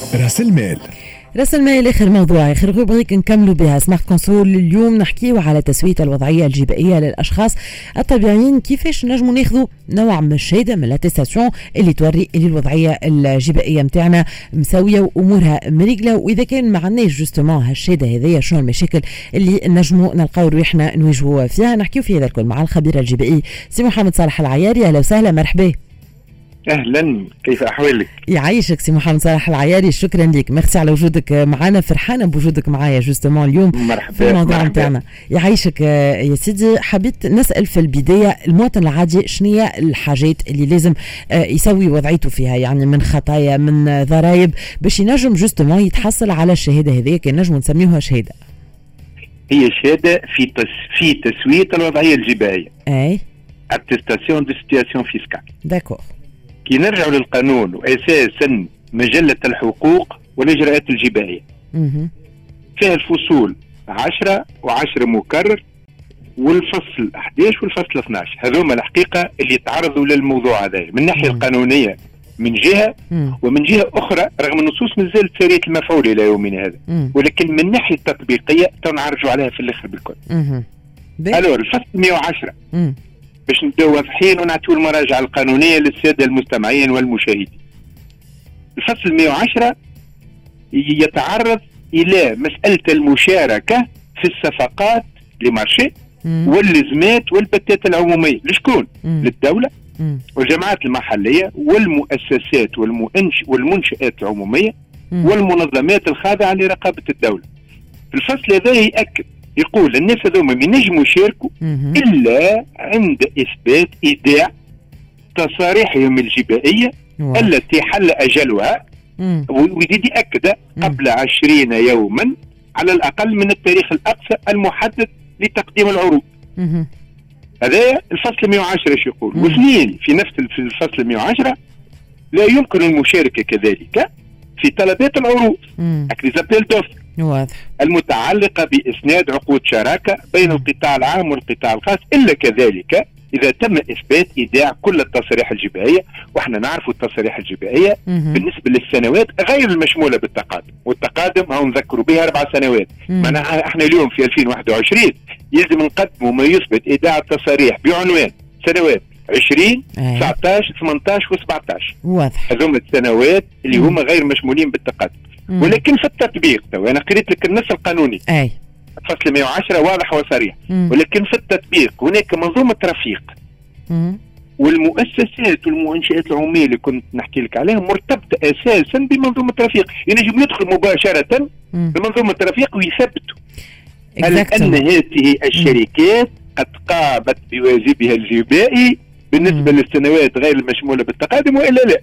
راس المال. راس المال آخر موضوع، آخر روبريك نكملوا بها سمارت كونسول. اليوم نحكيو على تسوية الوضعية الجبائية للأشخاص الطبيعيين، كيفاش نجموا ناخذوا نوع من الشهادة من الاتستاسيون اللي توري اللي الوضعية الجبائية متاعنا مساوية وأمورها مريقلة، وإذا كان ما عندناش جوستومون هالشهادة هذيا شنو المشاكل اللي نجموا نلقاو روحنا نواجهوا فيها. نحكيو في هذا الكل مع الخبير الجبائي سي محمد صالح العياري. أهلا وسهلا، مرحبا. اهلا، كيف احوالك؟ يعيشك سي محمد صالح العياري، شكرا لك، ميرسي على وجودك معنا، فرحانه بوجودك معايا جوستومون اليوم في الموضوع نتاعنا. يعيشك يا سيدي. حبيت نسال في البدايه المواطن العادي شنو هي الحاجات اللي لازم يسوي وضعيته فيها، يعني من خطايا من ضرائب باش ينجم جوستومون يتحصل على الشهاده هذه، كان نجم نسميوها شهاده. هي شهاده في تسويه الوضعيه الجبائيه، اي اتستاسيون دو سيتياسيون فيسكال. داكور. كي نرجعوا للقانون واساسا مجله الحقوق والاجراءات الجبائيه، فيها الفصول 10 و10 مكرر والفصل 11 والفصل 12. هذوما الحقيقه اللي تعرضوا للموضوع هذا من الناحيه القانونيه من جهه، ومن جهه اخرى رغم النصوص مازالت ساريه المفعول الى يومنا هذا، ولكن من الناحيه التطبيقيه تنعرجوا عليها في الاخر بالكل. الور الفصل 110 باش نبداو واضحين ونعطيو المراجع القانونيه للساده المستمعين والمشاهدين. الفصل 110 يتعرض الى مساله المشاركه في الصفقات لمارشي واللزمات والبتات العموميه لشكون؟ للدوله والجماعات المحليه والمؤسسات والمنشآت العموميه والمنظمات الخاضعه لرقابه الدوله. في الفصل هذا يأكد يقول الناس هذوما ما ينجموا يشاركوا الا عند اثبات ايداع تصاريحهم الجبائيه التي حل اجلها، ويزيد يأكد قبل 20 يوما على الاقل من التاريخ الاقصى المحدد لتقديم العروض. هذا الفصل 110 ايش يقول. واثنين في نفس الفصل 110 لا يمكن المشاركه كذلك في طلبات العروض اكريزابيل دوفر المتعلقة بإسناد عقود شراكة بين القطاع العام والقطاع الخاص، إلا كذلك إذا تم إثبات إيداع كل التصاريح الجبائية. وإحنا نعرف التصاريح الجبائية بالنسبة للسنوات غير المشمولة بالتقادم، والتقادم هو نذكروا بها 4 سنوات. معناها إحنا اليوم في 2021 يلزم نقدموا ما يثبت إيداع التصاريح بعنوان سنوات 20 19 18 و17. واضح. هذوما السنوات اللي هم غير مشمولين بالتقادم. ولكن في التطبيق انا قريت لك النص القانوني فصل 110 واضح وصريح، ولكن في التطبيق هناك منظومه رفيق والمؤسسات والمنشآت العموميه اللي كنت نحكي لك عليها مرتبطه اساسا بمنظومه رفيق، ينجم يدخل مباشره بمنظومه رفيق ويثبتوا ان هذه الشركات قد قامت بواجبها الجبائي بالنسبه للسنوات غير المشموله بالتقادم والا لا.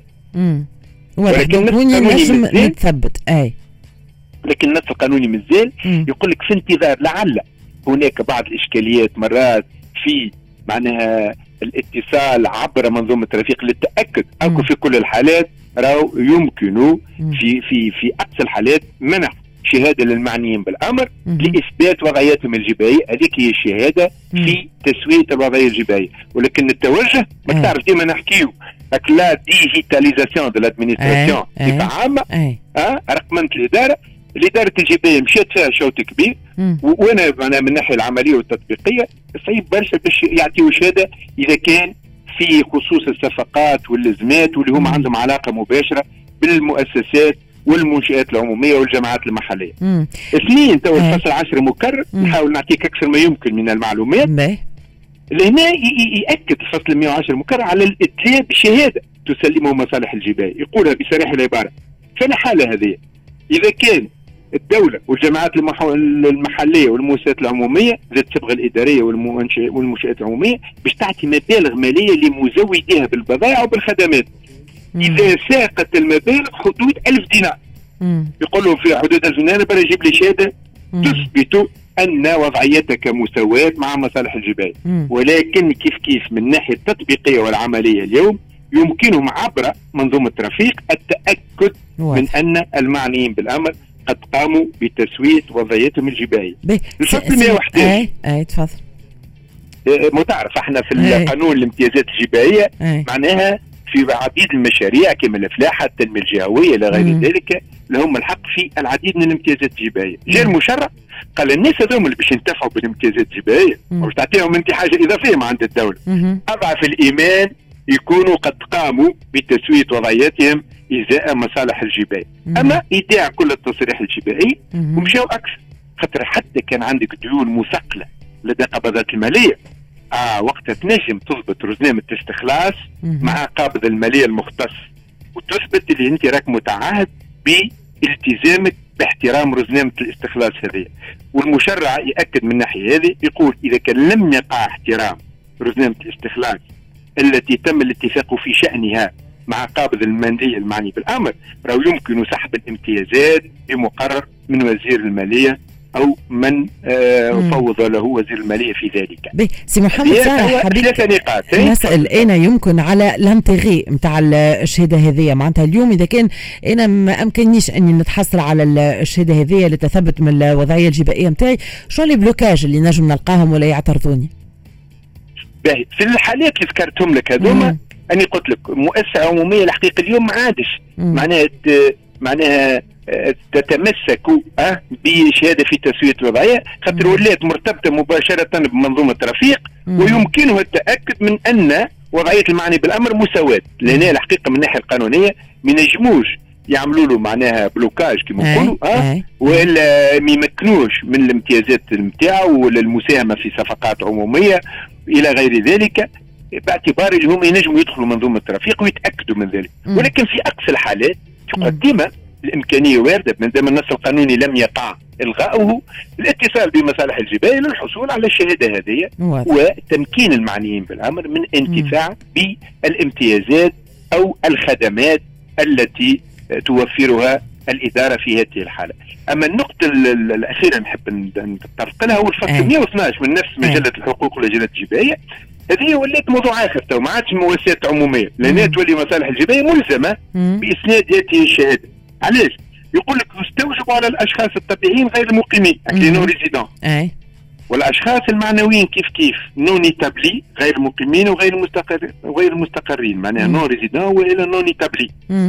ولكن نجم نثبت لكن النص القانوني مازال يقول لك في انتظار لعل هناك بعض الاشكاليات مرات في معناها الاتصال عبر منظومه رفيق للتاكد او في كل الحالات راهو يمكن في اقصى الحالات منح شهاده للمعنيين بالامر لاثبات وضعيتهم الجبائيه. هذيك هي الشهاده في تسويه الوضعيه الجبائيه. ولكن التوجه ما تعرف ديما نحكيو لا ديجيتاليزاسيون دو لادمينستراسيون بصفه عامه. رقمنه الاداره الجبائيه مشات فيها شوط كبير، وانا من الناحيه العمليه والتطبيقيه صعيب برشا باش يعطيو شهاده اذا كان في خصوص الصفقات واللزمات واللي هم عندهم علاقه مباشره بالمؤسسات والمنشآت العموميه والجماعات المحليه. اثنين تو الفصل 10 مكرر، نحاول نعطيك اكثر ما يمكن من المعلومات. لهنا يأكد الفصل 110 مكرر على الاتلاء بشهاده تسلمه مصالح الجبائي. يقولها بصريح العباره في الحاله هذه اذا كان الدوله والجماعات المحليه والمؤسسات العموميه ذات الصبغه الاداريه والمنشآت العموميه باش تعطي مبالغ ماليه لمزوديها بالبضائع وبالخدمات اذا ساقت المبالغ حدود 1000 دينار. يقولوا في حدود 1000 دينار برا يجيب لي شهاده تثبت ان وضعيتك مساواة مع مصالح الجبائي. ولكن كيف من الناحيه التطبيقيه والعمليه اليوم يمكنهم عبر منظومه رفيق التاكد من ان المعنيين بالامر قد قاموا بتسويه وضعيتهم الجبائيه. الفصل 111 تفضل. متعرف احنا في القانون الامتيازات الجبائيه معناها في عديد المشاريع كما الافلاح التنميه الجهويه الى غير ذلك لهم الحق في العديد من الامتيازات الجبائيه. جاء المشرع قال الناس هذوما اللي باش ينتفعوا بالامتيازات الجبائيه وباش تعطيهم انت حاجه اضافيه مع عند الدوله، اضعف الايمان يكونوا قد قاموا بتسويه وضعياتهم ازاء مصالح الجبائيه. اما ايداع كل التصريح الجبائي ومشاو اكثر، خاطر حتى كان عندك ديون مثقله لدى قبضات الماليه وقتها تنجم تضبط رزنامه استخلاص مع قابض الماليه المختص وتثبت اللي انت راك متعهد بالتزامك باحترام رزنامه الاستخلاص هذه. والمشرع ياكد من الناحيه هذه، يقول اذا كان لم يقع احترام رزنامه الاستخلاص التي تم الاتفاق في شانها مع قابض الماليه المعني بالامر، راهو يمكن سحب الامتيازات بمقرر من وزير الماليه او من فوض له وزير الماليه في ذلك. سي محمد صالح ثلاثه نقاط نسال انا يمكن على لانتيغي نتاع الشهاده هذه، معناتها اليوم اذا كان انا ما امكننيش اني نتحصل على الشهاده هذه لتثبت من الوضعيه الجبائيه نتاعي، شنو لي بلوكاج اللي نجم نلقاهم ولا يعترضوني؟ باهي في الحالات اللي ذكرتهم لك هذوما اني قلت لك مؤسسه عموميه الحقيقه اليوم ما عادش معناها تتمسك بشهاده في تسويه الوضعيه، خاطر ولات مرتبطه مباشره بمنظومه رفيق ويمكنها التاكد من ان وضعيه المعني بالامر مساواه، لان الحقيقه من الناحيه القانونيه ما ينجموش يعملوا له معناها بلوكاج كما نقولوا ولا ما يمكنوش من الامتيازات نتاعو ولا المساهمه في صفقات عموميه الى غير ذلك، باعتبار اللي هم ينجموا يدخلوا منظومه الرفيق ويتاكدوا من ذلك. ولكن في اقصى الحالات تقدم الامكانيه وارده من دام النص القانوني لم يقع الغاؤه الاتصال بمصالح الجبائيه للحصول على الشهاده هذه وتمكين المعنيين بالامر من انتفاع بالامتيازات او الخدمات التي توفرها الاداره في هذه الحاله. اما النقطه الاخيره نحب نتطرق لها هو الفصل 112 من نفس مجله الحقوق والواجبات الجبائيه. هذه ولات موضوع اخر تو، ما عادش مواساه عموميه، لان تولي مصالح الجبائيه ملزمه باسناد هذه الشهاده. علاش؟ يقول لك يستوجب على الاشخاص الطبيعيين غير المقيمين نون ريزيدون والاشخاص المعنويين كيف نون ايتابلي غير المقيمين وغير المستقرين معناها نون ريزيدون والى نون ايتابلي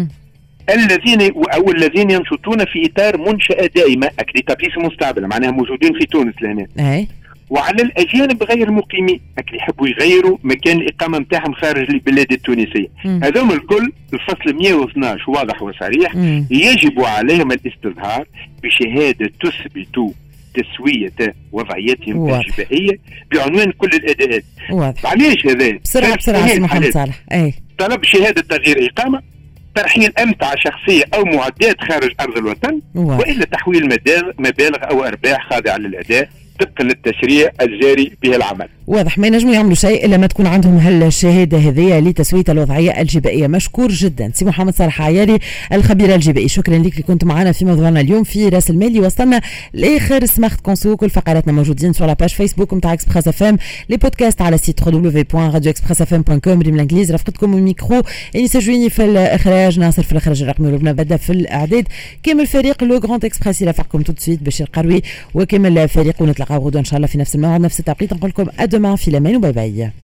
الذين ينشطون في اطار منشاه دائمه اكريتابليس مستعمله معناها موجودين في تونس لهنا وعلى الاجانب غير المقيمين اللي يحبوا يغيروا مكان الاقامه نتاعهم خارج البلاد التونسيه. هذوما الكل الفصل 112 واضح وصريح، يجب عليهم الاستظهار بشهاده تثبت تسويه وضعيتهم الجبائيه بعنوان كل الاداءات. علاش هذا؟ بسرعه سي محمد صالح. طلب شهاده تغيير اقامه، ترحيل امتعه شخصيه او معدات خارج ارض الوطن، والا تحويل مبالغ او ارباح خاضعه للاداء طبقا للتشريع الجاري به العمل. واضح ما ينجموا يعملوا شيء الا ما تكون عندهم هالشهاده هذه لتسويه الوضعيه الجبائيه. مشكور جدا سي محمد صالح عياري الخبير الجبائي، شكرا لك اللي كنت معنا في موضوعنا اليوم في راس المال. وصلنا لاخر سماخت كونسو، كل فقراتنا موجودين sur la page فيسبوك نتاع اكسبريس اف ام، لي بودكاست على سيت www.radioexpressfm.com. بالانجليزي رافقتكم الميكرو انيس جويني في الاخراج، ناصر في الاخراج الرقمي، ولبنى بدا في الاعداد، كامل فريق لو غراند اكسبريس يرافقكم تو سويت بشير قروي وكامل فريق، ونتلاقاو غدوه ان شاء الله في نفس الموعد نفس التوقيت. نقول لكم ادمان في الامان وباي باي.